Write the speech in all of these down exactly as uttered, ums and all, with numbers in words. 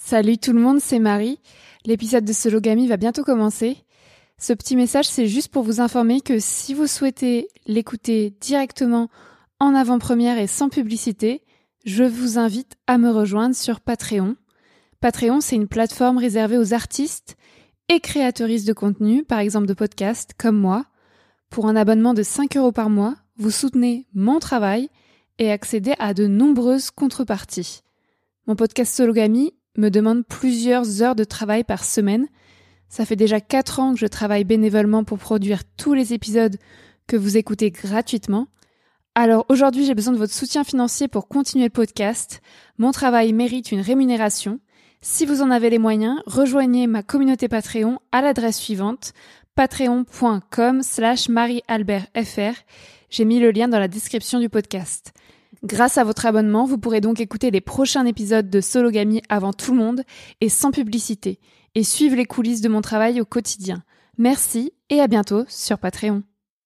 Salut tout le monde, c'est Marie. L'épisode de Sologamy va bientôt commencer. Ce petit message, c'est juste pour vous informer que si vous souhaitez l'écouter directement en avant-première et sans publicité, je vous invite à me rejoindre sur Patreon. Patreon, c'est une plateforme réservée aux artistes et créatrices de contenu, par exemple de podcasts, comme moi. Pour un abonnement de cinq euros par mois, vous soutenez mon travail et accédez à de nombreuses contreparties. Mon podcast Sologamy me demande plusieurs heures de travail par semaine. Ça fait déjà quatre ans que je travaille bénévolement pour produire tous les épisodes que vous écoutez gratuitement. Alors aujourd'hui, j'ai besoin de votre soutien financier pour continuer le podcast. Mon travail mérite une rémunération. Si vous en avez les moyens, rejoignez ma communauté Patreon à l'adresse suivante, patreon.com slash mariealbertfr. J'ai mis le lien dans la description du podcast. Grâce à votre abonnement, vous pourrez donc écouter les prochains épisodes de Sologamy avant tout le monde et sans publicité, et suivre les coulisses de mon travail au quotidien. Merci et à bientôt sur Patreon.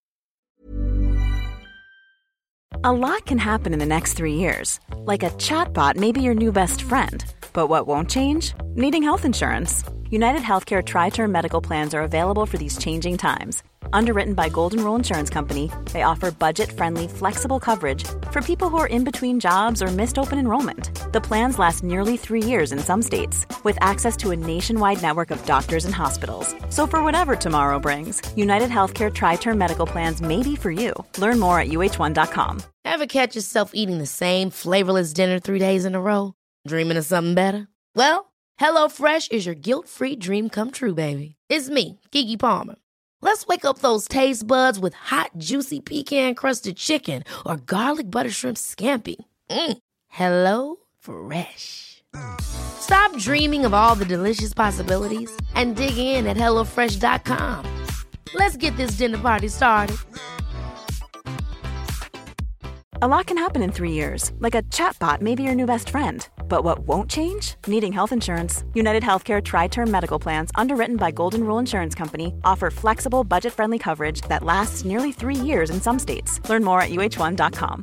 A lot can happen in the next three years. Like a chatbot may be your new best friend. But what won't change? Needing health insurance. United Healthcare Tri-Term Medical Plans are available for these changing times. Underwritten by Golden Rule Insurance Company, they offer budget-friendly, flexible coverage for people who are in between jobs or missed open enrollment. The plans last nearly three years in some states, with access to a nationwide network of doctors and hospitals. So for whatever tomorrow brings, United Healthcare Tri-Term Medical Plans may be for you. Learn more at U H one dot com. Ever catch yourself eating the same flavorless dinner three days in a row? Dreaming of something better? Well, HelloFresh is your guilt-free dream come true, baby. It's me, Keke Palmer. Let's wake up those taste buds with hot, juicy pecan-crusted chicken or garlic butter shrimp scampi. Mm. Hello Fresh. Stop dreaming of all the delicious possibilities and dig in at hello fresh dot com. Let's get this dinner party started. A lot can happen in three years, like a chatbot may be your new best friend. But what won't change? Needing health insurance. United Healthcare Tri-Term Medical Plans, underwritten by Golden Rule Insurance Company, offer flexible, budget-friendly coverage that lasts nearly three years in some states. Learn more at U H one dot com.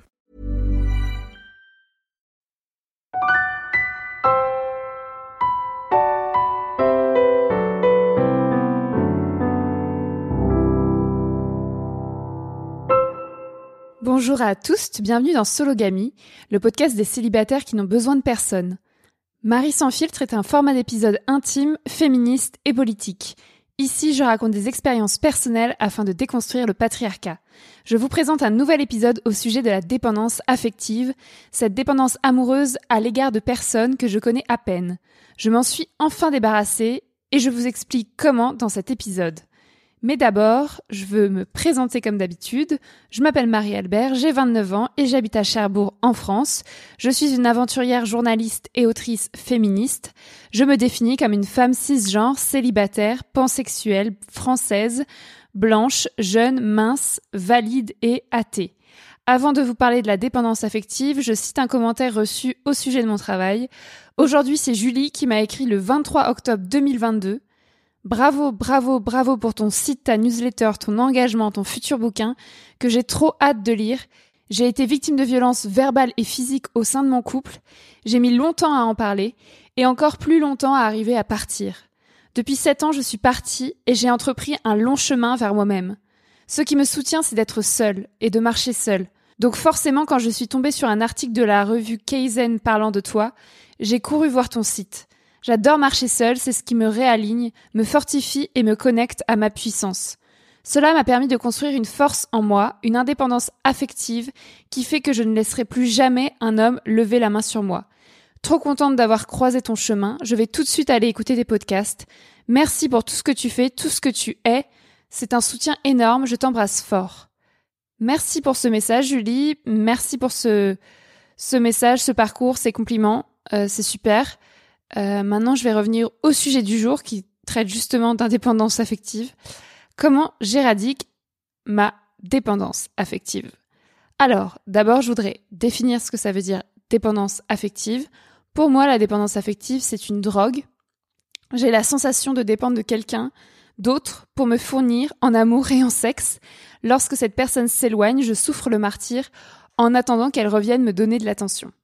Bonjour à tous, bienvenue dans Sologamy, le podcast des célibataires qui n'ont besoin de personne. Marie sans filtre est un format d'épisode intime, féministe et politique. Ici, je raconte des expériences personnelles afin de déconstruire le patriarcat. Je vous présente un nouvel épisode au sujet de la dépendance affective, cette dépendance amoureuse à l'égard de personnes que je connais à peine. Je m'en suis enfin débarrassée et je vous explique comment dans cet épisode. Mais d'abord, je veux me présenter comme d'habitude. Je m'appelle Marie-Albert, j'ai vingt-neuf ans et j'habite à Cherbourg, en France. Je suis une aventurière journaliste et autrice féministe. Je me définis comme une femme cisgenre, célibataire, pansexuelle, française, blanche, jeune, mince, valide et athée. Avant de vous parler de la dépendance affective, je cite un commentaire reçu au sujet de mon travail. Aujourd'hui, c'est Julie qui m'a écrit le vingt-trois octobre deux mille vingt-deux. Bravo, bravo, bravo pour ton site, ta newsletter, ton engagement, ton futur bouquin, que j'ai trop hâte de lire. J'ai été victime de violences verbales et physiques au sein de mon couple. J'ai mis longtemps à en parler, et encore plus longtemps à arriver à partir. Depuis sept ans, je suis partie, et j'ai entrepris un long chemin vers moi-même. Ce qui me soutient, c'est d'être seule, et de marcher seule. Donc forcément, quand je suis tombée sur un article de la revue Kaizen parlant de toi, j'ai couru voir ton site. J'adore marcher seule, c'est ce qui me réaligne, me fortifie et me connecte à ma puissance. Cela m'a permis de construire une force en moi, une indépendance affective qui fait que je ne laisserai plus jamais un homme lever la main sur moi. Trop contente d'avoir croisé ton chemin, je vais tout de suite aller écouter tes podcasts. Merci pour tout ce que tu fais, tout ce que tu es. C'est un soutien énorme, je t'embrasse fort. Merci pour ce message, Julie. Merci pour ce, ce message, ce parcours, ces compliments. Euh, c'est super. Euh, maintenant, je vais revenir au sujet du jour qui traite justement d'indépendance affective. Comment j'éradique ma dépendance affective? Alors, d'abord, je voudrais définir ce que ça veut dire dépendance affective. Pour moi, la dépendance affective, c'est une drogue. J'ai la sensation de dépendre de quelqu'un d'autre pour me fournir en amour et en sexe. Lorsque cette personne s'éloigne, je souffre le martyre en attendant qu'elle revienne me donner de l'attention.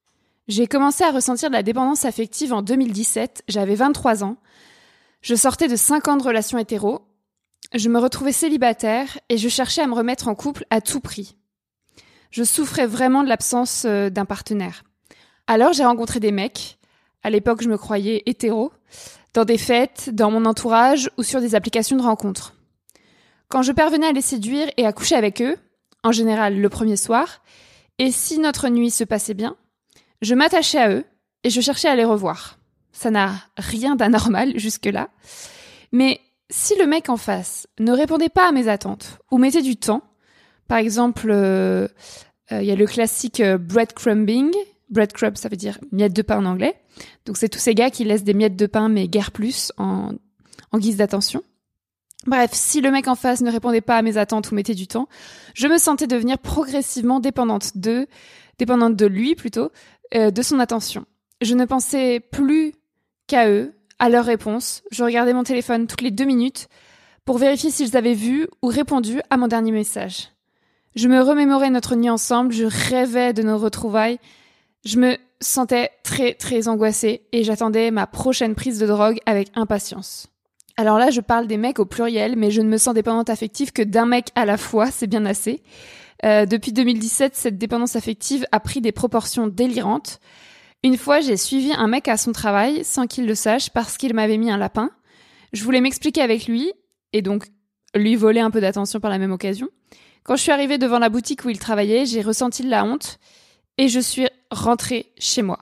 J'ai commencé à ressentir de la dépendance affective en deux mille dix-sept, j'avais vingt-trois ans. Je sortais de cinq ans de relations hétéro. Je me retrouvais célibataire et je cherchais à me remettre en couple à tout prix. Je souffrais vraiment de l'absence euh, d'un partenaire. Alors j'ai rencontré des mecs. À l'époque, je me croyais hétéro, dans des fêtes, dans mon entourage ou sur des applications de rencontres. Quand je parvenais à les séduire et à coucher avec eux, en général le premier soir, et si notre nuit se passait bien, je m'attachais à eux et je cherchais à les revoir. Ça n'a rien d'anormal jusque-là. Mais si le mec en face ne répondait pas à mes attentes ou mettait du temps, par exemple, il euh, euh, y a le classique euh, breadcrumbing. Breadcrumb, ça veut dire miettes de pain en anglais. Donc c'est tous ces gars qui laissent des miettes de pain mais guère plus en, en guise d'attention. Bref, si le mec en face ne répondait pas à mes attentes ou mettait du temps, je me sentais devenir progressivement dépendante de, dépendante de lui plutôt, euh, de son attention. Je ne pensais plus qu'à eux, à leurs réponses. Je regardais mon téléphone toutes les deux minutes pour vérifier s'ils avaient vu ou répondu à mon dernier message. Je me remémorais notre nuit ensemble, je rêvais de nos retrouvailles. Je me sentais très très angoissée et j'attendais ma prochaine prise de drogue avec impatience. Alors là, je parle des mecs au pluriel, mais je ne me sens dépendante affective que d'un mec à la fois, c'est bien assez. Euh, depuis deux mille dix-sept, cette dépendance affective a pris des proportions délirantes. Une fois, j'ai suivi un mec à son travail sans qu'il le sache parce qu'il m'avait mis un lapin. Je voulais m'expliquer avec lui et donc lui voler un peu d'attention par la même occasion. Quand je suis arrivée devant la boutique où il travaillait, j'ai ressenti de la honte et je suis rentrée chez moi.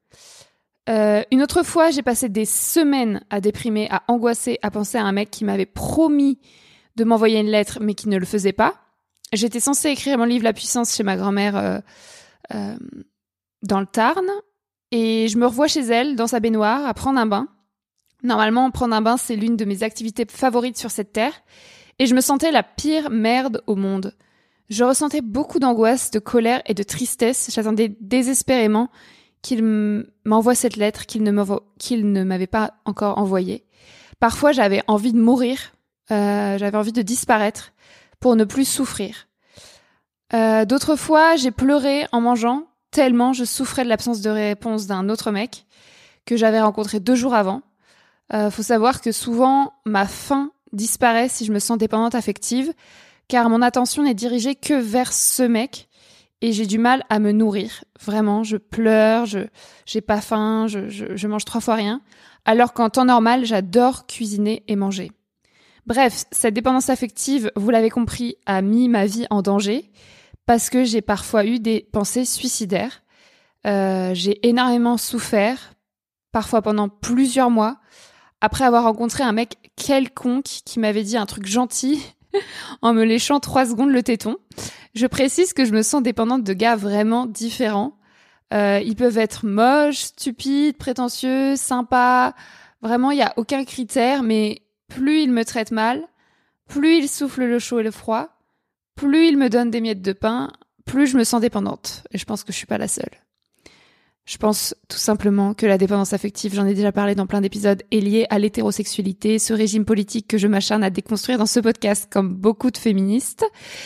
Euh, une autre fois, j'ai passé des semaines à déprimer, à angoisser, à penser à un mec qui m'avait promis de m'envoyer une lettre mais qui ne le faisait pas. J'étais censée écrire mon livre La puissance chez ma grand-mère euh, euh, dans le Tarn et je me revois chez elle dans sa baignoire à prendre un bain. Normalement, prendre un bain, c'est l'une de mes activités favorites sur cette terre et je me sentais la pire merde au monde. Je ressentais beaucoup d'angoisse, de colère et de tristesse. J'attendais désespérément qu'il m'envoie cette lettre qu'il ne, qu'il ne m'avait pas encore envoyée. Parfois, j'avais envie de mourir, euh, j'avais envie de disparaître pour ne plus souffrir. Euh, d'autres fois, j'ai pleuré en mangeant, tellement je souffrais de l'absence de réponse d'un autre mec que j'avais rencontré deux jours avant. Euh, faut savoir que souvent, ma faim disparaît si je me sens dépendante affective, car mon attention n'est dirigée que vers ce mec et j'ai du mal à me nourrir. Vraiment, je pleure, je j'ai pas faim, je, je, je mange trois fois rien, alors qu'en temps normal, j'adore cuisiner et manger. Bref, cette dépendance affective, vous l'avez compris, a mis ma vie en danger parce que j'ai parfois eu des pensées suicidaires. Euh, j'ai énormément souffert, parfois pendant plusieurs mois, après avoir rencontré un mec quelconque qui m'avait dit un truc gentil en me léchant trois secondes le téton. Je précise que je me sens dépendante de gars vraiment différents. Euh, ils peuvent être moches, stupides, prétentieux, sympas. Vraiment, il n'y a aucun critère, mais plus ils me traitent mal, plus ils soufflent le chaud et le froid, plus ils me donnent des miettes de pain, plus je me sens dépendante. Et je pense que je suis pas la seule. Je pense tout simplement que la dépendance affective, j'en ai déjà parlé dans plein d'épisodes, est liée à l'hétérosexualité, ce régime politique que je m'acharne à déconstruire dans ce podcast comme beaucoup de féministes.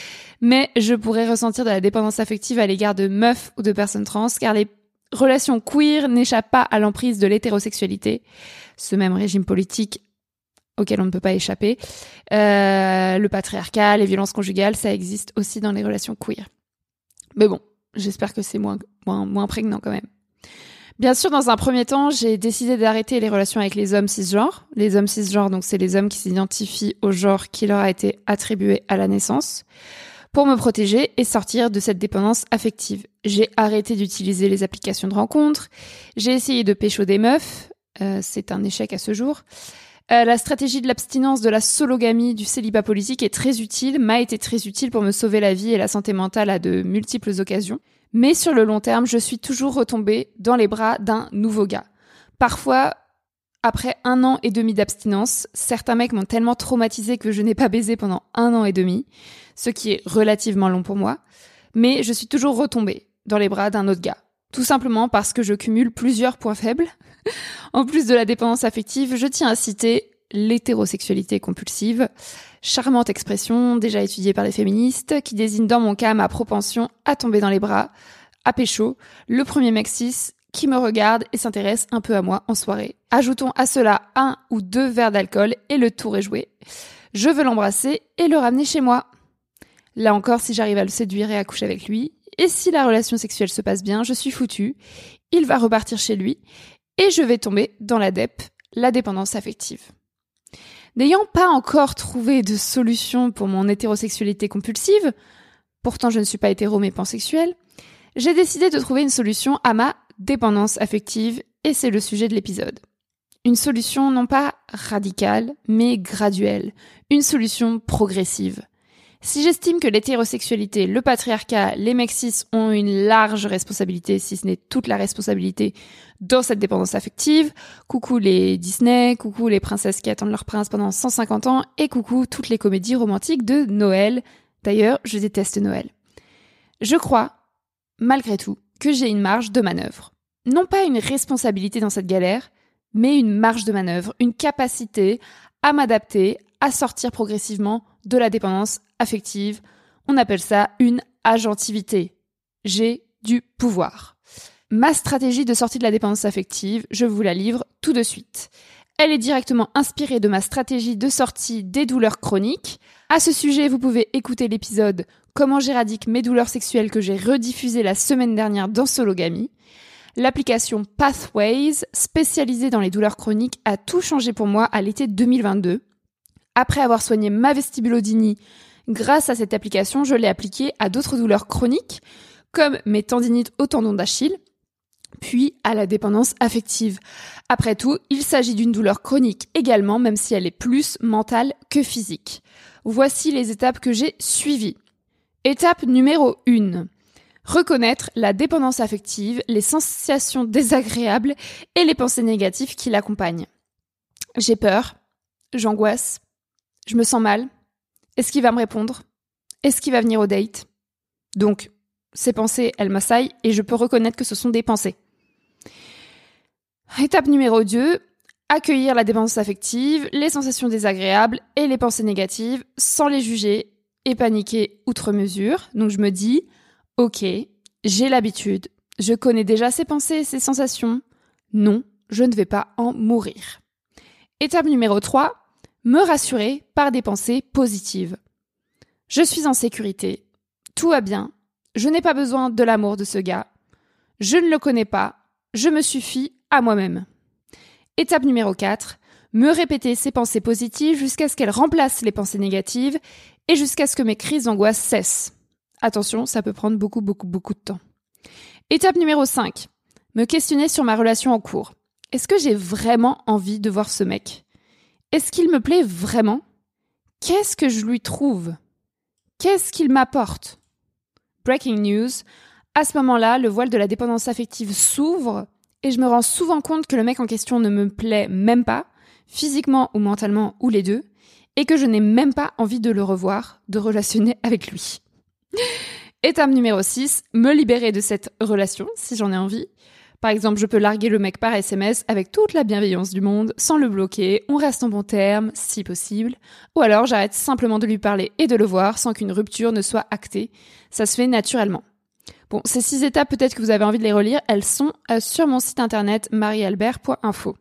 Mais je pourrais ressentir de la dépendance affective à l'égard de meufs ou de personnes trans, car les relations queer n'échappent pas à l'emprise de l'hétérosexualité, ce même régime politique auquel on ne peut pas échapper. Euh, le patriarcat, les violences conjugales, ça existe aussi dans les relations queer. Mais bon, j'espère que c'est moins, moins, moins prégnant quand même. Bien sûr, dans un premier temps, j'ai décidé d'arrêter les relations avec les hommes cisgenres. Les hommes cisgenres, donc c'est les hommes qui s'identifient au genre qui leur a été attribué à la naissance, pour me protéger et sortir de cette dépendance affective. J'ai arrêté d'utiliser les applications de rencontres, j'ai essayé de pécho des meufs, euh, c'est un échec à ce jour. Euh, la stratégie de l'abstinence, de la sologamie, du célibat politique est très utile, m'a été très utile pour me sauver la vie et la santé mentale à de multiples occasions. Mais sur le long terme, je suis toujours retombée dans les bras d'un nouveau gars. Parfois, après un an et demi d'abstinence, certains mecs m'ont tellement traumatisée que je n'ai pas baisé pendant un an et demi, ce qui est relativement long pour moi. Mais je suis toujours retombée dans les bras d'un autre gars. Tout simplement parce que je cumule plusieurs points faibles. En plus de la dépendance affective, je tiens à citer l'hétérosexualité compulsive, charmante expression déjà étudiée par les féministes, qui désigne dans mon cas ma propension à tomber dans les bras, à pécho, le premier mec cis qui me regarde et s'intéresse un peu à moi en soirée. Ajoutons à cela un ou deux verres d'alcool et le tour est joué. Je veux l'embrasser et le ramener chez moi. Là encore, si j'arrive à le séduire et à coucher avec lui, et si la relation sexuelle se passe bien, je suis foutue. Il va repartir chez lui et je vais tomber dans la D E P, la dépendance affective. N'ayant pas encore trouvé de solution pour mon hétérosexualité compulsive, pourtant je ne suis pas hétéro mais pansexuelle, j'ai décidé de trouver une solution à ma dépendance affective et c'est le sujet de l'épisode. Une solution non pas radicale, mais graduelle. Une solution progressive. Si j'estime que l'hétérosexualité, le patriarcat, les mecs cis ont une large responsabilité, si ce n'est toute la responsabilité, dans cette dépendance affective, coucou les Disney, coucou les princesses qui attendent leur prince pendant cent cinquante ans, et coucou toutes les comédies romantiques de Noël. D'ailleurs, je déteste Noël. Je crois, malgré tout, que j'ai une marge de manœuvre. Non pas une responsabilité dans cette galère, mais une marge de manœuvre, une capacité à m'adapter, à sortir progressivement de la dépendance affective. On appelle ça une agentivité. J'ai du pouvoir. Ma stratégie de sortie de la dépendance affective, je vous la livre tout de suite. Elle est directement inspirée de ma stratégie de sortie des douleurs chroniques. À ce sujet, vous pouvez écouter l'épisode « Comment j'éradique mes douleurs sexuelles » que j'ai rediffusé la semaine dernière dans Sologamie. L'application Pathways, spécialisée dans les douleurs chroniques, a tout changé pour moi à l'été deux mille vingt-deux. Après avoir soigné ma vestibulodynie, grâce à cette application, je l'ai appliquée à d'autres douleurs chroniques, comme mes tendinites au tendon d'Achille, puis à la dépendance affective. Après tout, il s'agit d'une douleur chronique également, même si elle est plus mentale que physique. Voici les étapes que j'ai suivies. Étape numéro un. Reconnaître la dépendance affective, les sensations désagréables et les pensées négatives qui l'accompagnent. J'ai peur, j'angoisse, je me sens mal. Est-ce qu'il va me répondre ? Est-ce qu'il va venir au date ? Donc, ces pensées, elles m'assaillent et je peux reconnaître que ce sont des pensées. Étape numéro deux, accueillir la dépendance affective, les sensations désagréables et les pensées négatives sans les juger et paniquer outre mesure. Donc je me dis, ok, j'ai l'habitude, je connais déjà ces pensées et ces sensations. Non, je ne vais pas en mourir. Étape numéro trois, me rassurer par des pensées positives. Je suis en sécurité, tout va bien, je n'ai pas besoin de l'amour de ce gars, je ne le connais pas, je me suffis à moi-même. Étape numéro quatre, me répéter ces pensées positives jusqu'à ce qu'elles remplacent les pensées négatives et jusqu'à ce que mes crises d'angoisse cessent. Attention, ça peut prendre beaucoup, beaucoup, beaucoup de temps. Étape numéro cinq, me questionner sur ma relation en cours. Est-ce que j'ai vraiment envie de voir ce mec ? Est-ce qu'il me plaît vraiment ? Qu'est-ce que je lui trouve ? Qu'est-ce qu'il m'apporte ? Breaking news, à ce moment-là, le voile de la dépendance affective s'ouvre et je me rends souvent compte que le mec en question ne me plaît même pas, physiquement ou mentalement ou les deux, et que je n'ai même pas envie de le revoir, de relationner avec lui. Étape numéro six, me libérer de cette relation si j'en ai envie. Par exemple, je peux larguer le mec par S M S avec toute la bienveillance du monde, sans le bloquer, on reste en bon terme, si possible. Ou alors j'arrête simplement de lui parler et de le voir sans qu'une rupture ne soit actée. Ça se fait naturellement. Bon, ces six étapes, peut-être que vous avez envie de les relire, elles sont sur mon site internet marie albert point info.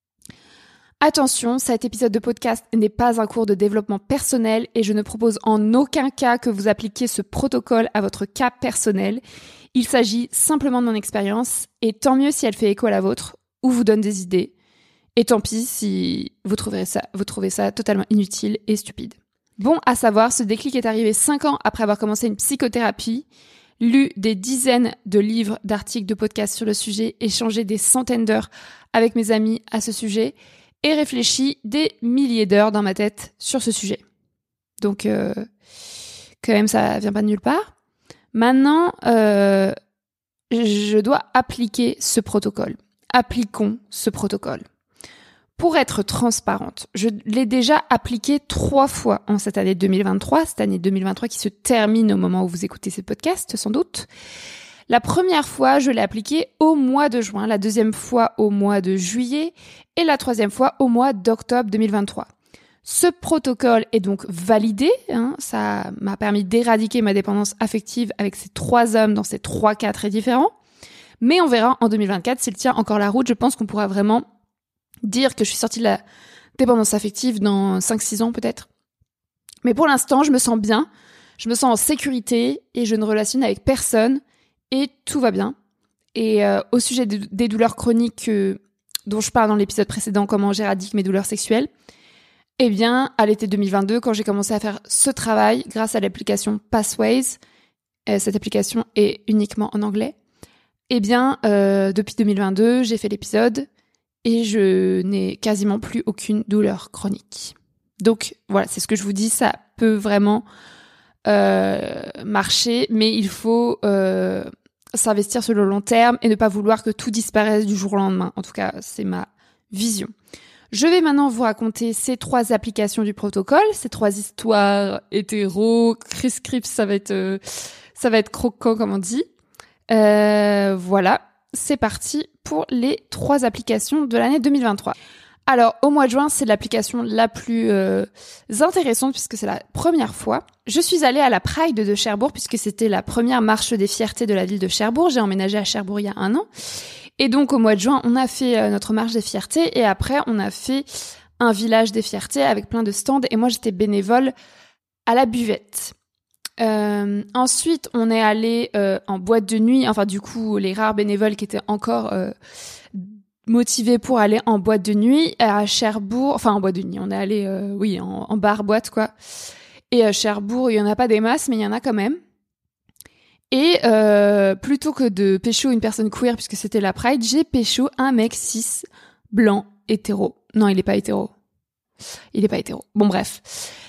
Attention, cet épisode de podcast n'est pas un cours de développement personnel et je ne propose en aucun cas que vous appliquiez ce protocole à votre cas personnel. Il s'agit simplement de mon expérience et tant mieux si elle fait écho à la vôtre ou vous donne des idées. Et tant pis si vous trouvez ça, vous trouvez ça totalement inutile et stupide. Bon, à savoir, ce déclic est arrivé cinq ans après avoir commencé une psychothérapie, lu des dizaines de livres, d'articles, de podcasts sur le sujet, échangé des centaines d'heures avec mes amis à ce sujet et réfléchi des milliers d'heures dans ma tête sur ce sujet. Donc, euh, quand même, ça vient pas de nulle part. Maintenant, euh, je dois appliquer ce protocole. Appliquons ce protocole. Pour être transparente, je l'ai déjà appliqué trois fois en cette année deux mille vingt-trois, cette année deux mille vingt-trois qui se termine au moment où vous écoutez ce podcast, sans doute. La première fois, je l'ai appliqué au mois de juin, la deuxième fois au mois de juillet et la troisième fois au mois d'octobre deux mille vingt-trois. Ce protocole est donc validé, hein, ça m'a permis d'éradiquer ma dépendance affective avec ces trois hommes dans ces trois cas très différents. Mais on verra en deux mille vingt-quatre s'il tient encore la route. Je pense qu'on pourra vraiment dire que je suis sortie de la dépendance affective dans cinq six ans peut-être. Mais pour l'instant, je me sens bien, je me sens en sécurité et je ne relationne avec personne et tout va bien. Et euh, au sujet de, des douleurs chroniques euh, dont je parle dans l'épisode précédent, comment j'éradique mes douleurs sexuelles, eh bien, à l'été deux mille vingt-deux, quand j'ai commencé à faire ce travail grâce à l'application Pathways, euh, cette application est uniquement en anglais, eh bien, euh, depuis deux mille vingt-deux, j'ai fait l'épisode et je n'ai quasiment plus aucune douleur chronique. Donc, voilà, c'est ce que je vous dis, ça peut vraiment euh, marcher, mais il faut euh, s'investir sur le long terme et ne pas vouloir que tout disparaisse du jour au lendemain. En tout cas, c'est ma vision. Je vais maintenant vous raconter ces trois applications du protocole, ces trois histoires hétéro, Chris Crips, ça va être, euh, ça va être croquant comme on dit. Euh, voilà, c'est parti pour les trois applications de l'année deux mille vingt-trois. Alors, au mois de juin, c'est l'application la plus euh, intéressante puisque c'est la première fois. Je suis allée à la Pride de Cherbourg puisque c'était la première marche des fiertés de la ville de Cherbourg. J'ai emménagé à Cherbourg il y a un an. Et donc, au mois de juin, on a fait euh, notre marche des fiertés et après, on a fait un village des fiertés avec plein de stands et moi, j'étais bénévole à la buvette. Euh, ensuite, on est allé euh, en boîte de nuit. Enfin, du coup, les rares bénévoles qui étaient encore euh, motivés pour aller en boîte de nuit à Cherbourg. Enfin, en boîte de nuit, on est allé, euh, oui, en, en bar-boîte, quoi. Et à Cherbourg, il y en a pas des masses, mais il y en a quand même. Et euh, plutôt que de pécho une personne queer, puisque c'était la Pride, j'ai pécho un mec cis, blanc, hétéro. Non, il est pas hétéro. Il est pas hétéro. Bon, bref.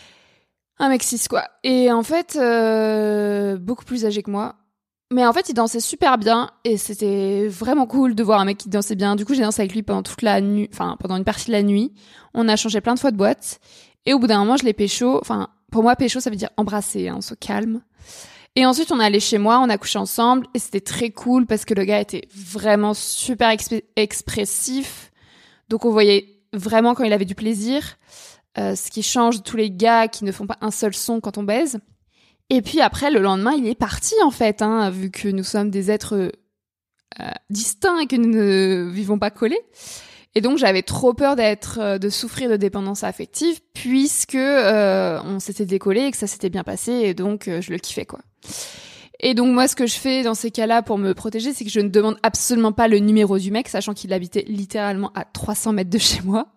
Un mec cis, quoi. Et en fait, euh, beaucoup plus âgé que moi. Mais en fait, il dansait super bien et c'était vraiment cool de voir un mec qui dansait bien. Du coup, j'ai dansé avec lui pendant toute la nuit, enfin, pendant une partie de la nuit. On a changé plein de fois de boîte. Et au bout d'un moment, je l'ai pécho. Enfin, pour moi, pécho, ça veut dire embrasser, hein, on se calme. Et ensuite, on est allé chez moi, on a couché ensemble et c'était très cool parce que le gars était vraiment super exp- expressif. Donc, on voyait vraiment quand il avait du plaisir. Euh, ce qui change de tous les gars qui ne font pas un seul son quand on baise. Et puis après, le lendemain, il est parti en fait, hein, vu que nous sommes des êtres euh, distincts et que nous ne vivons pas collés. Et donc, j'avais trop peur d'être, de souffrir de dépendance affective, puisque euh, on s'était décollé et que ça s'était bien passé, et donc euh, je le kiffais, quoi. Et donc, moi, ce que je fais dans ces cas-là pour me protéger, c'est que je ne demande absolument pas le numéro du mec, sachant qu'il habitait littéralement à trois cents mètres de chez moi.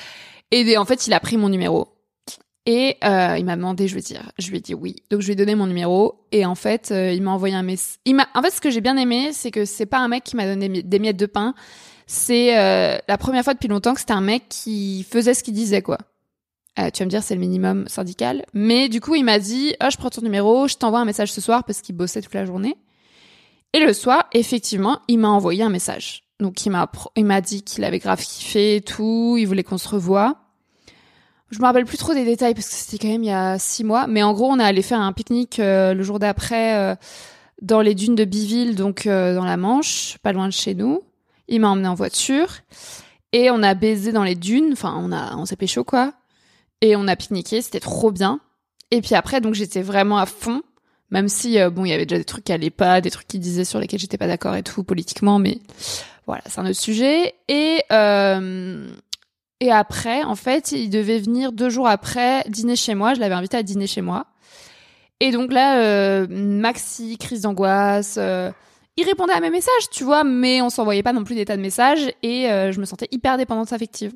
Et en fait, il a pris mon numéro. Et euh, il m'a demandé, je veux dire, je lui ai dit oui. Donc, je lui ai donné mon numéro. Et en fait, euh, il m'a envoyé un message. Il m'a... En fait, ce que j'ai bien aimé, c'est que c'est pas un mec qui m'a donné des miettes de pain. C'est euh, la première fois depuis longtemps que c'était un mec qui faisait ce qu'il disait, quoi. Euh, tu vas me dire, c'est le minimum syndical. Mais du coup, il m'a dit, oh, je prends ton numéro, je t'envoie un message ce soir parce qu'il bossait toute la journée. Et le soir, effectivement, il m'a envoyé un message. Donc, il m'a, il m'a dit qu'il avait grave kiffé et tout, il voulait qu'on se revoie. Je me rappelle plus trop des détails parce que c'était quand même il y a six mois. Mais en gros, on est allé faire un pique-nique euh, le jour d'après euh, dans les dunes de Biville, donc euh, dans la Manche, pas loin de chez nous. Il m'a emmené en voiture et on a baisé dans les dunes. Enfin, on a, on s'est pécho, quoi. Et on a pique-niqué, c'était trop bien. Et puis après, donc j'étais vraiment à fond. Même si, euh, bon, il y avait déjà des trucs qui allaient pas, des trucs qu'il disait sur lesquels j'étais pas d'accord et tout, politiquement, mais voilà, c'est un autre sujet. Et, euh, et après, en fait, il devait venir deux jours après dîner chez moi. Je l'avais invité à dîner chez moi. Et donc là, euh, maxi, crise d'angoisse, euh, il répondait à mes messages, tu vois, mais on s'envoyait pas non plus des tas de messages et euh, je me sentais hyper dépendante affective.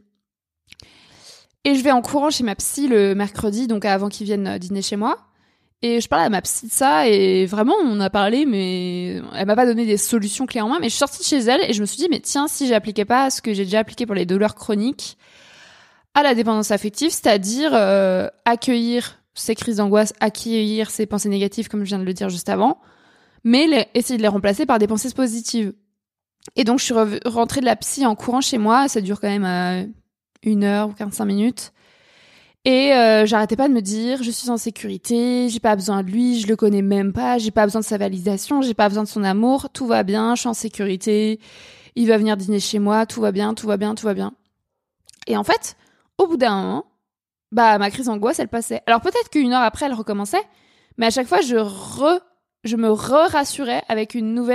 Et je vais en courant chez ma psy le mercredi, donc avant qu'il vienne dîner chez moi. Et je parlais à ma psy de ça et vraiment, on a parlé, mais elle m'a pas donné des solutions clés en main. Mais je suis sortie de chez elle et je me suis dit, mais tiens, si j'appliquais pas ce que j'ai déjà appliqué pour les douleurs chroniques à la dépendance affective, c'est-à-dire euh, accueillir ces crises d'angoisse, accueillir ces pensées négatives, comme je viens de le dire juste avant, mais les, essayer de les remplacer par des pensées positives. Et donc, je suis re- rentrée de la psy en courant chez moi. Ça dure quand même euh, une heure ou quarante-cinq minutes. Et euh, j'arrêtais pas de me dire, je suis en sécurité, j'ai pas besoin de lui, je le connais même pas, j'ai pas besoin de sa validation, j'ai pas besoin de son amour, tout va bien, je suis en sécurité, il va venir dîner chez moi, tout va bien, tout va bien, tout va bien. Et en fait, au bout d'un moment, bah ma crise d'angoisse, elle passait. Alors peut-être qu'une heure après, elle recommençait, mais à chaque fois, je re, je me re-rassurais avec une nouvelle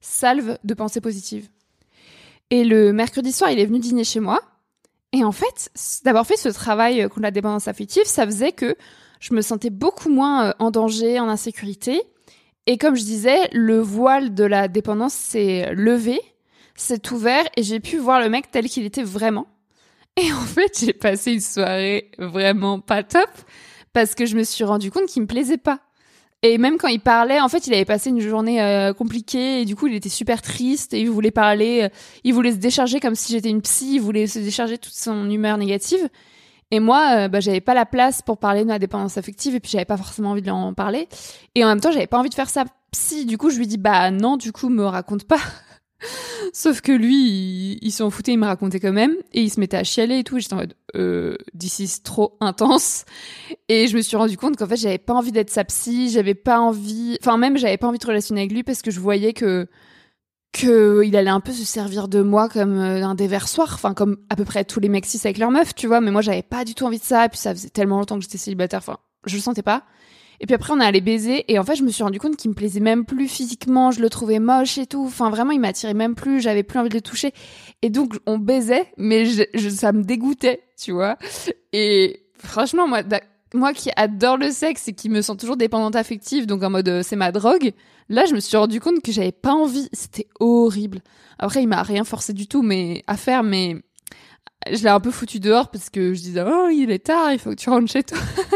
salve de pensées positives. Et le mercredi soir, il est venu dîner chez moi. Et en fait, d'avoir fait ce travail contre la dépendance affective, ça faisait que je me sentais beaucoup moins en danger, en insécurité. Et comme je disais, le voile de la dépendance s'est levé, s'est ouvert, et j'ai pu voir le mec tel qu'il était vraiment. Et en fait, j'ai passé une soirée vraiment pas top, parce que je me suis rendu compte qu'il me plaisait pas. Et même quand il parlait, en fait, il avait passé une journée euh, compliquée et du coup, il était super triste et il voulait parler, euh, il voulait se décharger comme si j'étais une psy, il voulait se décharger toute son humeur négative. Et moi, euh, bah, j'avais pas la place pour parler de ma dépendance affective et puis j'avais pas forcément envie de lui en parler. Et en même temps, j'avais pas envie de faire ça psy. Du coup, je lui dis, bah non, du coup, me raconte pas. Sauf que lui, il, il s'en foutait, il me racontait quand même. Et il se mettait à chialer et tout. Et j'étais en mode, euh, this is trop intense. Et je me suis rendu compte qu'en fait, j'avais pas envie d'être sa psy. J'avais pas envie, enfin, même, j'avais pas envie de relationner avec lui parce que je voyais que, que il allait un peu se servir de moi comme un déversoir. Enfin, comme à peu près tous les mecs cis avec leurs meufs, tu vois. Mais moi, j'avais pas du tout envie de ça. Et puis ça faisait tellement longtemps que j'étais célibataire. Enfin, je le sentais pas. Et puis après, on est allé baiser. Et en fait, je me suis rendu compte qu'il me plaisait même plus physiquement. Je le trouvais moche et tout. Enfin, vraiment, il m'attirait même plus. J'avais plus envie de le toucher. Et donc, on baisait, mais je, je, ça me dégoûtait, tu vois. Et franchement, moi, moi qui adore le sexe et qui me sens toujours dépendante affective, donc en mode, euh, c'est ma drogue. Là, je me suis rendu compte que j'avais pas envie. C'était horrible. Après, il m'a rien forcé du tout, mais à faire, mais je l'ai un peu foutu dehors parce que je disais, oh, il est tard, il faut que tu rentres chez toi.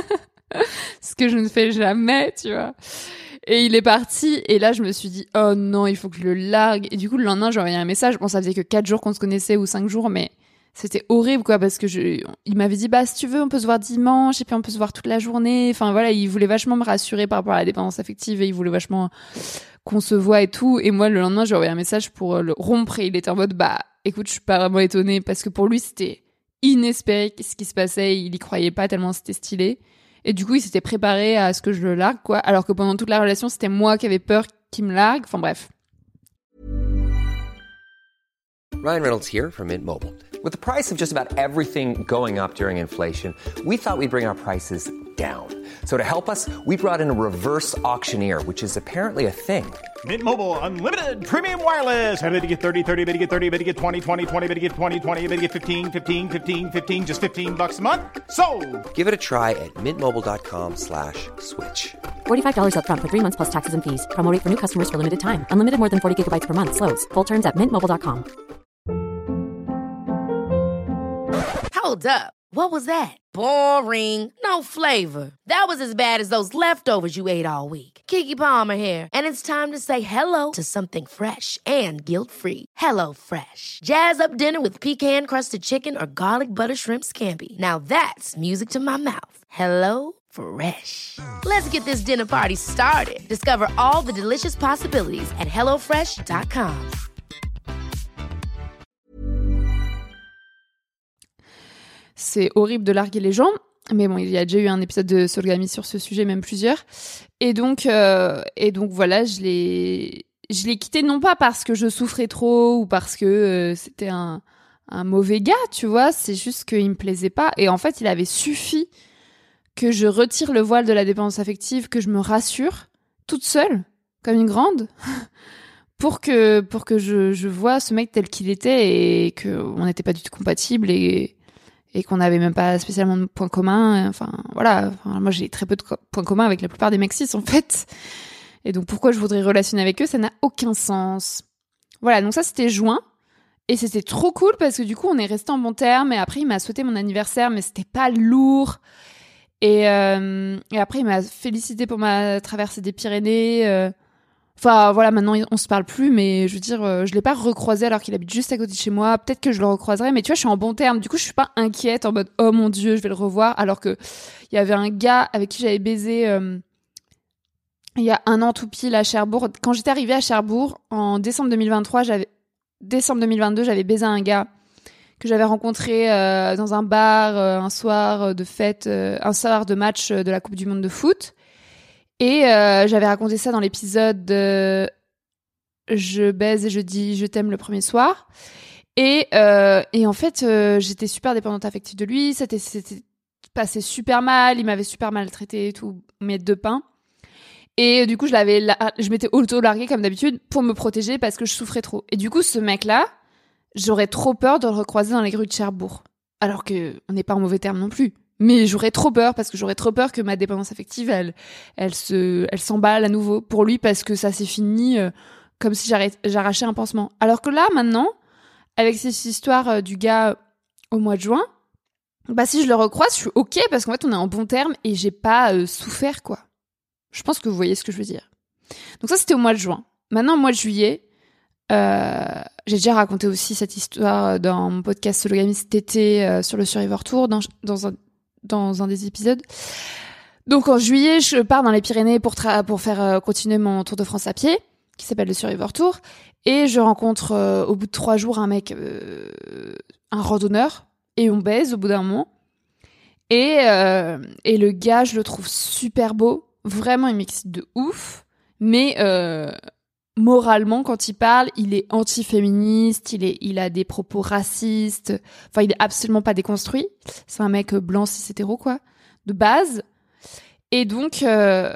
Ce que je ne fais jamais, tu vois. Et il est parti, et là, je me suis dit, oh non, il faut que je le largue. Et du coup, le lendemain, j'ai envoyé un message. Bon, ça faisait que quatre jours qu'on se connaissait, ou cinq jours, mais c'était horrible, quoi, parce que je, il m'avait dit, bah, si tu veux, on peut se voir dimanche, et puis on peut se voir toute la journée. Enfin, voilà, il voulait vachement me rassurer par rapport à la dépendance affective, et il voulait vachement qu'on se voit et tout. Et moi, le lendemain, j'ai envoyé un message pour le rompre, et il était en mode, bah, écoute, je suis pas vraiment étonnée, parce que pour lui, c'était inespéré ce qui se passait, il y croyait pas tellement c'était stylé. Et du coup, il s'était préparé à ce que je le largue, quoi. Alors que pendant toute la relation, c'était moi qui avais peur qu'il me largue. Enfin, bref. Ryan Reynolds here from Mint Mobile. With the price of just about everything going up during inflation, we thought we'd bring our prices down. So to help us, we brought in a reverse auctioneer, which is apparently a thing. Mint Mobile Unlimited Premium Wireless. How to get thirty, thirty, how to get thirty, how to get twenty, twenty, twenty, how to get twenty, twenty, how to get fifteen, fifteen, fifteen, fifteen, just fifteen bucks a month? Sold! Give it a try at mintmobile.com slash switch. forty-five dollars up front for three months plus taxes and fees. Promo rate for new customers for limited time. Unlimited more than forty gigabytes per month. Slows full terms at mint mobile dot com. Hold up. What was that? Boring. No flavor. That was as bad as those leftovers you ate all week. Keke Palmer here. And it's time to say hello to something fresh and guilt-free. Hello Fresh. Jazz up dinner with pecan-crusted chicken or garlic butter shrimp scampi. Now that's music to my mouth. Hello Fresh. Let's get this dinner party started. Discover all the delicious possibilities at hello fresh dot com. C'est horrible de larguer les gens, mais bon, il y a déjà eu un épisode de Solgami sur ce sujet, même plusieurs. Et donc, euh, et donc voilà, je l'ai, je l'ai quitté non pas parce que je souffrais trop ou parce que euh, c'était un, un mauvais gars, tu vois. C'est juste qu'il me plaisait pas. Et en fait, il avait suffi que je retire le voile de la dépendance affective, que je me rassure toute seule, comme une grande, pour que pour que je je vois ce mec tel qu'il était et que on n'était pas du tout compatibles et et qu'on n'avait même pas spécialement de points communs. Enfin, voilà. Enfin, moi, j'ai très peu de co- points communs avec la plupart des mecs cis, en fait. Et donc, pourquoi je voudrais relationner avec eux, ça n'a aucun sens. Voilà, donc ça, c'était juin. Et c'était trop cool parce que du coup, on est resté en bon terme. Et après, il m'a souhaité mon anniversaire, mais c'était pas lourd. Et, euh, et après, il m'a félicité pour ma traversée des Pyrénées. Euh, Enfin, voilà, maintenant, on se parle plus, mais je veux dire, euh, je l'ai pas recroisé alors qu'il habite juste à côté de chez moi. Peut-être que je le recroiserai, mais tu vois, je suis en bon terme. Du coup, je suis pas inquiète en mode, oh mon Dieu, je vais le revoir. Alors que il y avait un gars avec qui j'avais baisé euh, il y a un an tout pile à Cherbourg. Quand j'étais arrivée à Cherbourg, en décembre deux mille vingt-trois, j'avais, décembre deux mille vingt-deux, j'avais baisé un gars que j'avais rencontré euh, dans un bar, euh, un soir de fête, euh, un soir de match de la Coupe du Monde de foot. Et euh, j'avais raconté ça dans l'épisode de Je baise et je dis je t'aime le premier soir. Et, euh, et en fait, euh, j'étais super dépendante affective de lui. C'était, c'était passé super mal. Il m'avait super maltraité et tout, mes deux pains. Et du coup, je l'avais, la... je m'étais auto-larguée comme d'habitude pour me protéger parce que je souffrais trop. Et du coup, ce mec-là, j'aurais trop peur de le recroiser dans les rues de Cherbourg. Alors que on n'est pas en mauvais termes non plus. Mais j'aurais trop peur parce que j'aurais trop peur que ma dépendance affective, elle, elle se, elle s'emballe à nouveau pour lui parce que ça s'est fini euh, comme si j'arrachais un pansement. Alors que là, maintenant, avec cette histoire euh, du gars au mois de juin, bah si je le recroise, je suis ok parce qu'en fait on est en bon terme et j'ai pas euh, souffert quoi. Je pense que vous voyez ce que je veux dire. Donc ça c'était au mois de juin. Maintenant au mois de juillet, euh, j'ai déjà raconté aussi cette histoire dans mon podcast Sologamy cet été euh, sur le Survivor Tour dans dans un dans un des épisodes. Donc en juillet, je pars dans les Pyrénées pour tra- pour faire euh, continuer mon Tour de France à pied qui s'appelle le Survivor Tour et je rencontre euh, au bout de trois jours un mec euh, un randonneur et on baise au bout d'un moment et euh, et le gars je le trouve super beau, vraiment il m'excite de ouf, mais euh, moralement quand il parle il est anti-féministe, il est il a des propos racistes, enfin il est absolument pas déconstruit, c'est un mec blanc cis hétéro quoi de base. Et donc euh,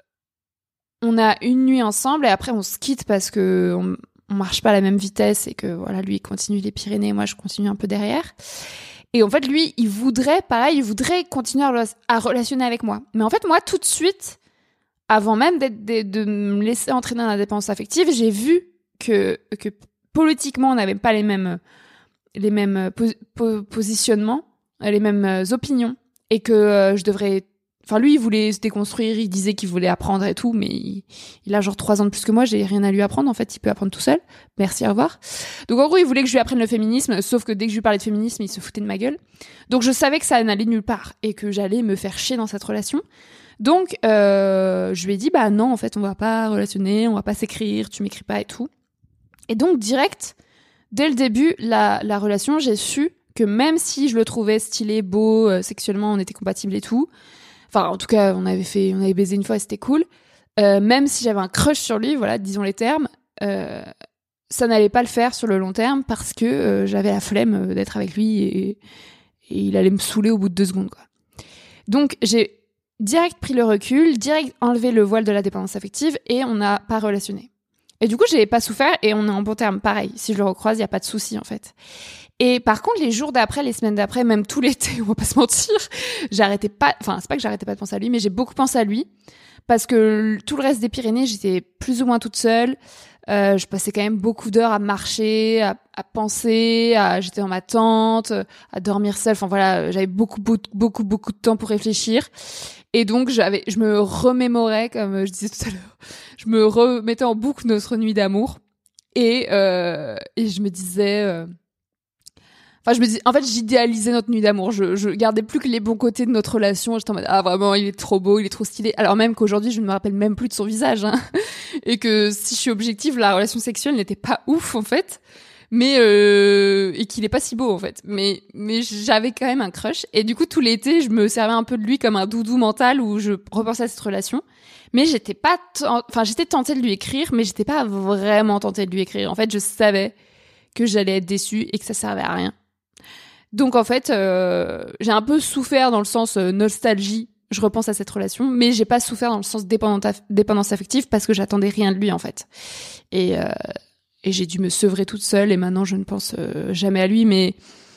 on a une nuit ensemble et après on se quitte parce que on, on marche pas à la même vitesse et que voilà lui il continue les Pyrénées, moi je continue un peu derrière. Et en fait lui il voudrait pareil, il voudrait continuer à, à relationner avec moi. Mais en fait moi tout de suite, avant même d'être, de, de me laisser entraîner dans la dépendance affective, j'ai vu que que politiquement on n'avait pas les mêmes les mêmes po- po- positionnements, les mêmes opinions et que euh, je devrais. Enfin, lui, il voulait se déconstruire, il disait qu'il voulait apprendre et tout, mais il, il a genre trois ans de plus que moi, j'ai rien à lui apprendre, en fait, il peut apprendre tout seul. Merci, au revoir. Donc, en gros, il voulait que je lui apprenne le féminisme, sauf que dès que je lui parlais de féminisme, il se foutait de ma gueule. Donc, je savais que ça n'allait nulle part et que j'allais me faire chier dans cette relation. Donc, euh, je lui ai dit, bah non, en fait, on va pas relationner, on va pas s'écrire, tu m'écris pas et tout. Et donc, direct, dès le début, la, la relation, j'ai su que même si je le trouvais stylé, beau, euh, sexuellement, on était compatibles et tout, enfin, en tout cas, on avait fait, on avait baisé une fois et c'était cool. Euh, même si j'avais un crush sur lui, voilà, disons les termes, euh, ça n'allait pas le faire sur le long terme parce que euh, j'avais la flemme d'être avec lui et, et il allait me saouler au bout de deux secondes, quoi. Donc, j'ai direct pris le recul, direct enlevé le voile de la dépendance affective et on n'a pas relationné. Et du coup, j'ai pas souffert et on est en bon terme. Pareil, si je le recroise, il y a pas de souci en fait. Et par contre, les jours d'après, les semaines d'après, même tout l'été, on va pas se mentir, j'arrêtais pas, enfin, c'est pas que j'arrêtais pas de penser à lui, mais j'ai beaucoup pensé à lui parce que tout le reste des Pyrénées, j'étais plus ou moins toute seule. Euh, je passais quand même beaucoup d'heures à marcher, à, à penser, à, j'étais dans ma tente, à dormir seule. Enfin voilà, j'avais beaucoup, beaucoup, beaucoup, beaucoup de temps pour réfléchir. Et donc, j'avais, je me remémorais, comme je disais tout à l'heure, je me remettais en boucle notre nuit d'amour. Et, euh, et je me disais, euh, enfin, je me dis, en fait, j'idéalisais notre nuit d'amour. Je, je gardais plus que les bons côtés de notre relation. J'étais en mode, ah, vraiment, il est trop beau, il est trop stylé. Alors même qu'aujourd'hui, je ne me rappelle même plus de son visage, hein. Et que si je suis objective, la relation sexuelle n'était pas ouf, en fait. Mais, euh, et qu'il est pas si beau, en fait. Mais, mais j'avais quand même un crush. Et du coup, tout l'été, je me servais un peu de lui comme un doudou mental où je repensais à cette relation. Mais j'étais pas, t- enfin, j'étais tentée de lui écrire, mais j'étais pas vraiment tentée de lui écrire. En fait, je savais que j'allais être déçue et que ça servait à rien. Donc en fait, euh, j'ai un peu souffert dans le sens euh, nostalgie, je repense à cette relation, mais j'ai pas souffert dans le sens dépendance, dépendance affective parce que j'attendais rien de lui en fait. Et, euh, et j'ai dû me sevrer toute seule et maintenant je ne pense euh, jamais à lui, mais,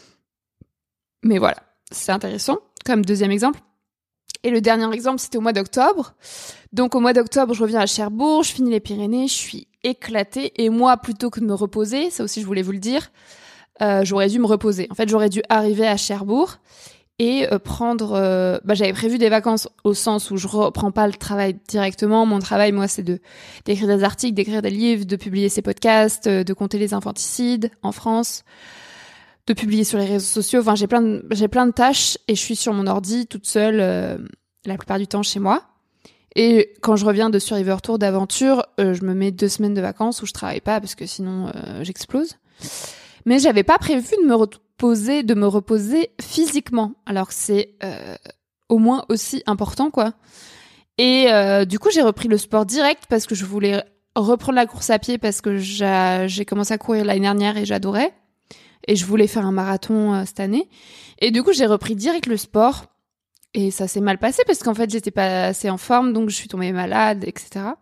mais voilà, c'est intéressant comme deuxième exemple. Et le dernier exemple, c'était au mois d'octobre. Donc au mois d'octobre, je reviens à Cherbourg, je finis les Pyrénées, je suis éclatée et moi, plutôt que de me reposer, ça aussi je voulais vous le dire, Euh, j'aurais dû me reposer. En fait, j'aurais dû arriver à Cherbourg et euh, prendre... Euh, bah, j'avais prévu des vacances au sens où je reprends pas le travail directement. Mon travail, moi, c'est de d'écrire des articles, d'écrire des livres, de publier ces podcasts, de compter les infanticides en France, de publier sur les réseaux sociaux. Enfin, j'ai plein de, j'ai plein de tâches et je suis sur mon ordi toute seule euh, la plupart du temps chez moi. Et quand je reviens de Survivor Tour d'aventure, euh, je me mets deux semaines de vacances où je travaille pas parce que sinon euh, j'explose. Mais j'avais pas prévu de me reposer, de me reposer physiquement, alors que c'est euh, au moins aussi important, quoi. Et euh, du coup, j'ai repris le sport direct parce que je voulais reprendre la course à pied parce que j'ai, j'ai commencé à courir l'année dernière et j'adorais. Et je voulais faire un marathon euh, cette année. Et du coup, j'ai repris direct le sport. et ça s'est mal passé parce qu'en fait, j'étais pas assez en forme, donc je suis tombée malade, et cetera.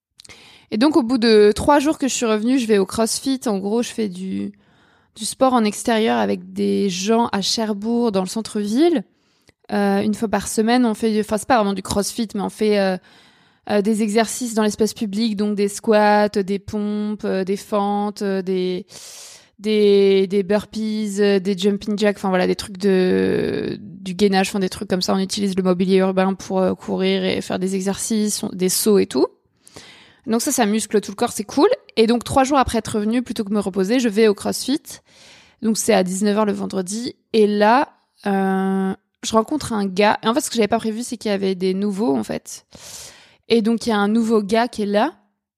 Et donc, au bout de trois jours que je suis revenue, je vais au CrossFit. En gros, je fais du, du sport en extérieur avec des gens à Cherbourg, dans le centre-ville. Euh, une fois par semaine, on fait, enfin, c'est pas vraiment du CrossFit, mais on fait euh, euh, des exercices dans l'espace public, donc des squats, des pompes, euh, des fentes, euh, des, des, des burpees, euh, des jumping jacks, enfin voilà, des trucs de, du gainage, enfin des trucs comme ça. On utilise le mobilier urbain pour euh, courir et faire des exercices, des sauts et tout. Donc ça, ça muscle tout le corps, c'est cool. Et donc, trois jours après être revenue, plutôt que de me reposer, je vais au CrossFit. Donc, c'est à dix-neuf heures le vendredi. Et là, euh, je rencontre un gars. Et en fait, ce que j'avais pas prévu, c'est qu'il y avait des nouveaux, en fait. Et donc, il y a un nouveau gars qui est là.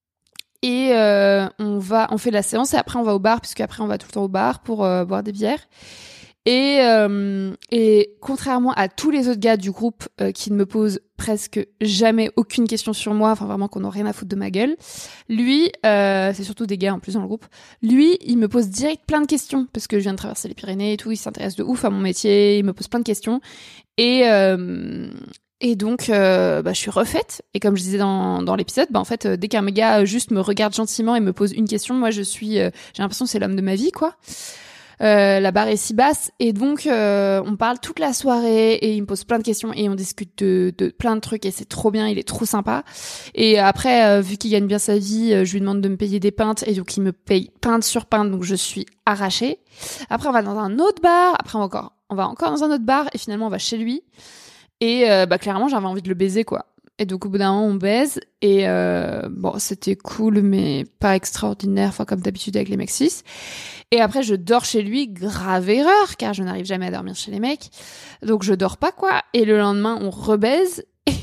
Et euh, on va, on fait la séance et après, on va au bar, puisque après, on va tout le temps au bar pour euh, boire des bières. Et, euh, et contrairement à tous les autres gars du groupe euh, qui ne me posent presque jamais aucune question sur moi, enfin vraiment qu'on n'a rien à foutre de ma gueule, lui, euh, c'est surtout des gars en plus dans le groupe, lui, il me pose direct plein de questions parce que je viens de traverser les Pyrénées et tout, il s'intéresse de ouf à mon métier, il me pose plein de questions. Et, euh, et donc, euh, bah, je suis refaite. Et comme je disais dans, dans l'épisode, bah, en fait, euh, dès qu'un gars juste me regarde gentiment et me pose une question, moi, je suis, euh, j'ai l'impression que c'est l'homme de ma vie, quoi. Euh, la barre est si basse et donc euh, on parle toute la soirée et il me pose plein de questions et on discute de, de plein de trucs et c'est trop bien, il est trop sympa. Et après, euh, vu qu'il gagne bien sa vie, euh, je lui demande de me payer des pintes et donc il me paye pinte sur pinte, donc je suis arrachée. Après on va dans un autre bar, après on va encore, on va encore dans un autre bar et finalement on va chez lui. Et euh, bah clairement j'avais envie de le baiser, quoi. Et donc au bout d'un moment on baise et euh, bon c'était cool mais pas extraordinaire, enfin comme d'habitude avec les mecs cis. Et après je dors chez lui, grave erreur car je n'arrive jamais à dormir chez les mecs, donc je dors pas, quoi. Et le lendemain on rebaise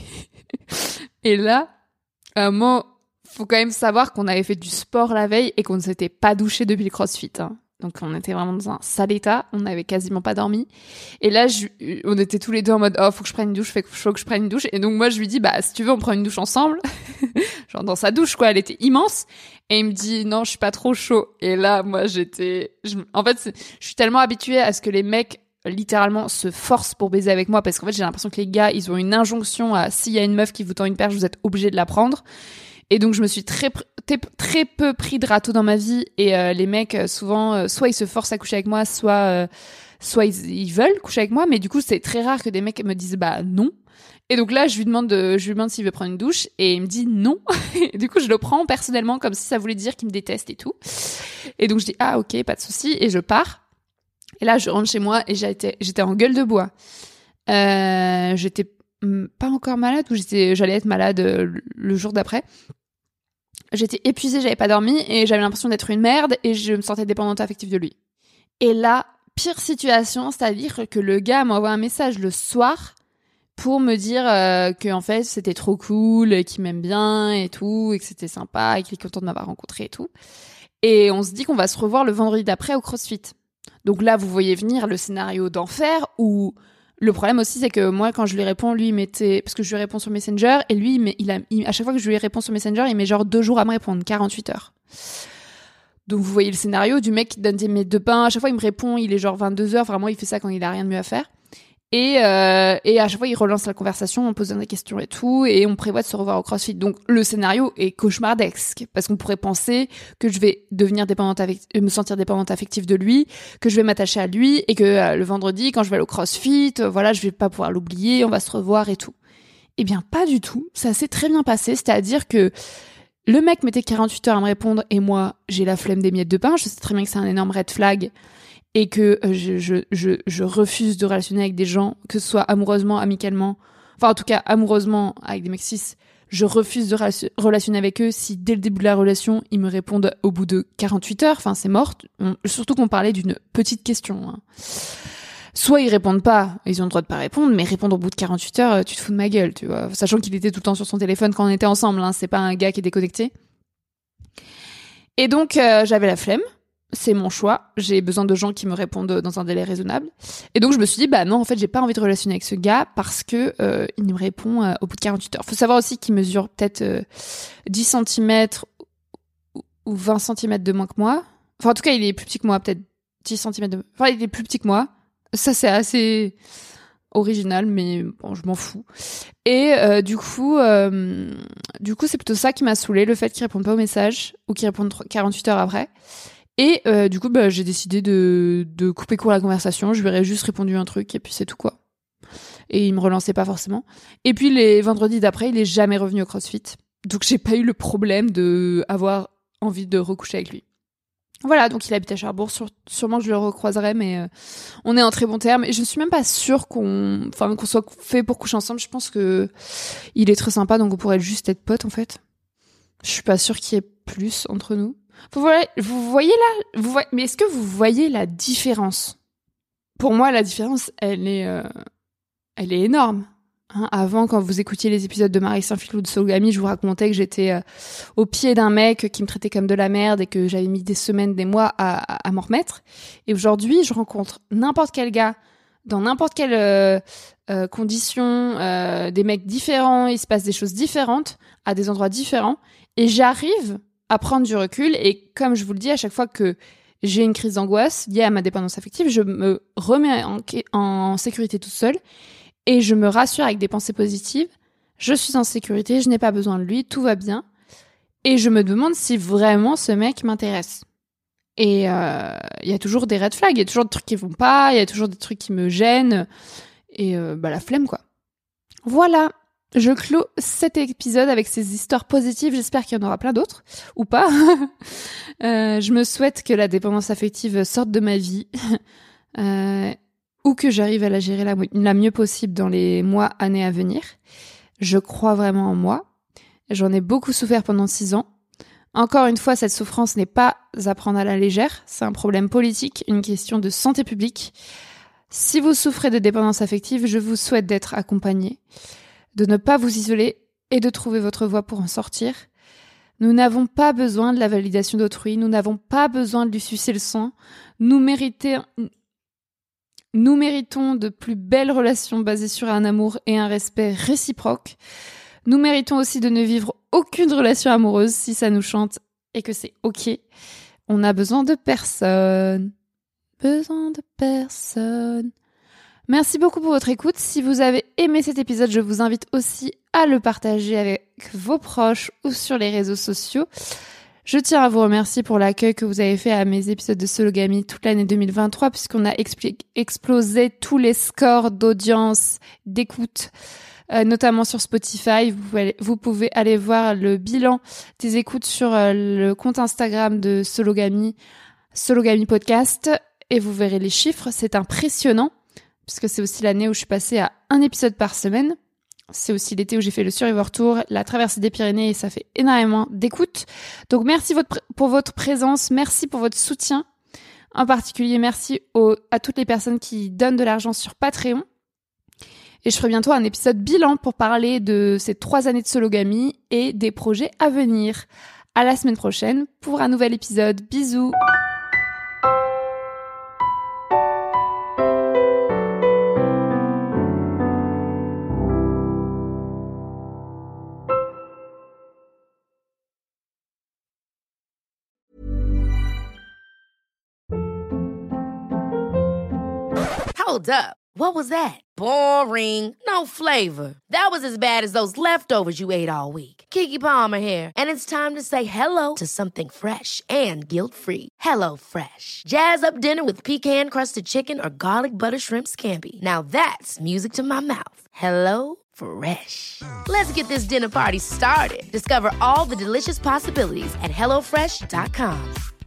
et là euh, moi faut quand même savoir qu'on avait fait du sport la veille et qu'on ne s'était pas douché depuis le CrossFit, hein. Donc on était vraiment dans un sale état, on n'avait quasiment pas dormi. Et là, je, on était tous les deux en mode « Oh, faut que je prenne une douche, faut que je prenne une douche ». Et donc moi, je lui dis « Bah, si tu veux, on prend une douche ensemble ». Genre dans sa douche, quoi, elle était immense. Et il me dit « Non, je suis pas trop chaud ». Et là, moi, j'étais... Je... En fait, je suis tellement habituée à ce que les mecs, littéralement, se forcent pour baiser avec moi. Parce qu'en fait, j'ai l'impression que les gars, ils ont une injonction à « S'il y a une meuf qui vous tend une perche, vous êtes obligés de la prendre ». Et donc je me suis très très, très peu pris de râteau dans ma vie et euh, les mecs euh, souvent euh, soit ils se forcent à coucher avec moi, soit euh, soit ils, ils veulent coucher avec moi, mais du coup c'est très rare que des mecs me disent bah non. Et donc là je lui demande de, je lui demande s'il veut prendre une douche et il me dit non. Et du coup je le prends personnellement comme si ça voulait dire qu'il me déteste et tout. Et donc je dis ah ok, pas de souci, et je pars. Et là je rentre chez moi et j'étais j'étais en gueule de bois. Euh, j'étais pas encore malade ou j'étais j'allais être malade le jour d'après. J'étais épuisée, j'avais pas dormi et j'avais l'impression d'être une merde et je me sentais dépendante affective de lui. Et là, pire situation, c'est-à-dire que le gars m'envoie un message le soir pour me dire euh, que en fait c'était trop cool, qu'il m'aime bien et tout, et que c'était sympa et qu'il est content de m'avoir rencontré et tout. Et on se dit qu'on va se revoir le vendredi d'après au CrossFit. Donc là, vous voyez venir le scénario d'enfer où le problème aussi, c'est que moi, quand je lui réponds, lui, il mettait... Parce que je lui réponds sur Messenger, et lui, il met... il a... il... à chaque fois que je lui réponds sur Messenger, il met genre deux jours à me répondre, quarante-huit heures. Donc vous voyez le scénario du mec qui donne des miettes de pain. À chaque fois, il me répond, il est genre vingt-deux heures. Vraiment, il fait ça quand il a rien de mieux à faire. Et, euh, et à chaque fois, il relance la conversation, on pose des questions et tout, et on prévoit de se revoir au CrossFit. Donc le scénario est cauchemardesque, parce qu'on pourrait penser que je vais devenir dépendante avec, me sentir dépendante affective de lui, que je vais m'attacher à lui, et que euh, le vendredi, quand je vais aller au CrossFit, euh, voilà, je vais pas pouvoir l'oublier, on va se revoir et tout. Eh bien, pas du tout. Ça s'est très bien passé, c'est-à-dire que le mec mettait quarante-huit heures à me répondre, et moi, j'ai la flemme des miettes de pain. Je sais très bien que c'est un énorme red flag. Et que je, je, je, je refuse de relationner avec des gens, que ce soit amoureusement, amicalement, enfin en tout cas amoureusement avec des mecs cis, je refuse de relationner avec eux si dès le début de la relation, ils me répondent au bout de quarante-huit heures, enfin c'est mort, on, surtout qu'on parlait d'une petite question. Hein. Soit ils répondent pas, ils ont le droit de pas répondre, mais répondre au bout de quarante-huit heures, tu te fous de ma gueule, tu vois, sachant qu'il était tout le temps sur son téléphone quand on était ensemble, hein, c'est pas un gars qui est déconnecté. Et donc euh, j'avais la flemme. C'est mon choix, j'ai besoin de gens qui me répondent dans un délai raisonnable. Et donc je me suis dit, bah non, en fait, j'ai pas envie de relationner avec ce gars parce que euh, il me répond euh, au bout de quarante-huit heures. Faut savoir aussi qu'il mesure peut-être euh, dix centimètres ou vingt centimètres de moins que moi. Enfin, en tout cas, il est plus petit que moi, peut-être dix centimètres de... Enfin, il est plus petit que moi. Ça, c'est assez... original, mais bon, je m'en fous. Et euh, du coup, euh, du coup, c'est plutôt ça qui m'a saoulée, le fait qu'ils répondent pas aux messages ou qu'ils répondent quarante-huit heures après. Et euh, du coup, bah, j'ai décidé de, de couper court à la conversation. Je lui aurais juste répondu un truc et puis c'est tout quoi. Et il me relançait pas forcément. Et puis les vendredis d'après, il est jamais revenu au CrossFit. Donc j'ai pas eu le problème de avoir envie de recoucher avec lui. Voilà, donc il habite à Cherbourg, Sûre, sûrement je le recroiserai, mais euh, on est en très bons termes. Et je suis même pas sûre qu'on, enfin, qu'on soit fait pour coucher ensemble. Je pense que il est très sympa, donc on pourrait juste être potes en fait. Je suis pas sûre qu'il y ait plus entre nous. Vous voyez, vous voyez là, vous voyez, mais est-ce que vous voyez la différence ? Pour moi, la différence, elle est, euh, elle est énorme. Hein, avant, quand vous écoutiez les épisodes de Marie Saint-Phil ou de Sologamy, je vous racontais que j'étais euh, au pied d'un mec qui me traitait comme de la merde et que j'avais mis des semaines, des mois à, à, à m'en remettre. Et aujourd'hui, je rencontre n'importe quel gars dans n'importe quelle euh, euh, condition, euh, des mecs différents, il se passe des choses différentes à des endroits différents, et j'arrive à prendre du recul. Et comme je vous le dis, à chaque fois que j'ai une crise d'angoisse liée à ma dépendance affective, je me remets en, en sécurité toute seule. Et je me rassure avec des pensées positives. Je suis en sécurité, je n'ai pas besoin de lui, tout va bien. Et je me demande si vraiment ce mec m'intéresse. Et il euh, y a toujours des red flags, il y a toujours des trucs qui vont pas, il y a toujours des trucs qui me gênent. Et euh, bah la flemme, quoi. Voilà, je clôt cet épisode avec ces histoires positives. J'espère qu'il y en aura plein d'autres, ou pas. euh, je me souhaite que la dépendance affective sorte de ma vie. euh, ou que j'arrive à la gérer la, la mieux possible dans les mois, années à venir. Je crois vraiment en moi. J'en ai beaucoup souffert pendant six ans. Encore une fois, cette souffrance n'est pas à prendre à la légère. C'est un problème politique, une question de santé publique. Si vous souffrez de dépendance affective, je vous souhaite d'être accompagné, de ne pas vous isoler et de trouver votre voie pour en sortir. Nous n'avons pas besoin de la validation d'autrui. Nous n'avons pas besoin de lui sucer le sang. Nous méritons... Nous méritons de plus belles relations basées sur un amour et un respect réciproques. Nous méritons aussi de ne vivre aucune relation amoureuse si ça nous chante et que c'est ok. On a besoin de personne. Besoin de personne. Merci beaucoup pour votre écoute. Si vous avez aimé cet épisode, je vous invite aussi à le partager avec vos proches ou sur les réseaux sociaux. Je tiens à vous remercier pour l'accueil que vous avez fait à mes épisodes de Sologamy toute l'année deux mille vingt-trois, puisqu'on a expl- explosé tous les scores d'audience, d'écoute, euh, notamment sur Spotify. Vous pouvez, vous pouvez aller voir le bilan des écoutes sur euh, le compte Instagram de Sologamy, Sologamy Podcast, et vous verrez les chiffres. C'est impressionnant, puisque c'est aussi l'année où je suis passée à un épisode par semaine. C'est aussi l'été où j'ai fait le Survivor Tour, la traversée des Pyrénées, et ça fait énormément d'écoute. Donc merci votre, pour votre présence, merci pour votre soutien. En particulier, merci aux, à toutes les personnes qui donnent de l'argent sur Patreon. Et je ferai bientôt un épisode bilan pour parler de ces trois années de Sologamy et des projets à venir. À la semaine prochaine pour un nouvel épisode. Bisous! Hold up. What was that? Boring. No flavor. That was as bad as those leftovers you ate all week. Keke Palmer here, and it's time to say hello to something fresh and guilt-free. Hello Fresh. Jazz up dinner with pecan-crusted chicken or garlic butter shrimp scampi. Now that's music to my mouth. Hello Fresh. Let's get this dinner party started. Discover all the delicious possibilities at hello fresh dot com.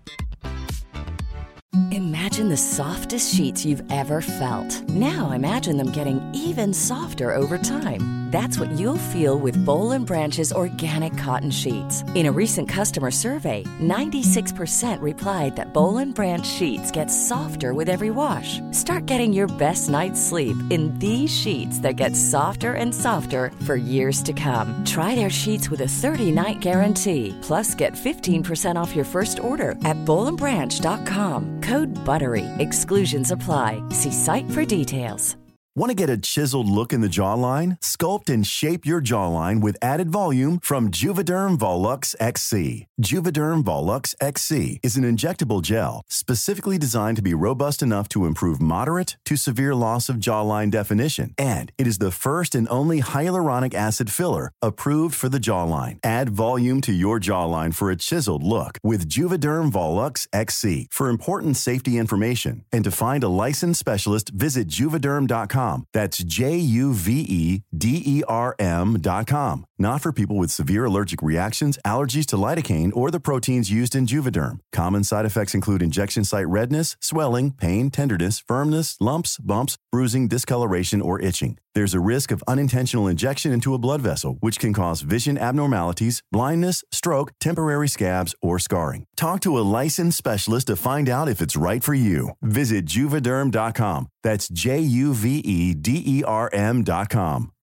Imagine the softest sheets you've ever felt. Now imagine them getting even softer over time. That's what you'll feel with Boll and Branch's organic cotton sheets. In a recent customer survey, ninety-six percent replied that Boll and Branch sheets get softer with every wash. Start getting your best night's sleep in these sheets that get softer and softer for years to come. Try their sheets with a thirty-night guarantee. Plus, get fifteen percent off your first order at boll and branch dot com. Code BUTTERY. Exclusions apply. See site for details. Want to get a chiseled look in the jawline? Sculpt and shape your jawline with added volume from Juvederm Volux X C. Juvederm Volux X C is an injectable gel specifically designed to be robust enough to improve moderate to severe loss of jawline definition. And it is the first and only hyaluronic acid filler approved for the jawline. Add volume to your jawline for a chiseled look with Juvederm Volux X C. For important safety information and to find a licensed specialist, visit juvederm dot com. That's J U V E D E R M dot com. Not for people with severe allergic reactions, allergies to lidocaine, or the proteins used in Juvederm. Common side effects include injection site redness, swelling, pain, tenderness, firmness, lumps, bumps, bruising, discoloration, or itching. There's a risk of unintentional injection into a blood vessel, which can cause vision abnormalities, blindness, stroke, temporary scabs, or scarring. Talk to a licensed specialist to find out if it's right for you. Visit juvederm dot com. That's J U V E D E R M dot com.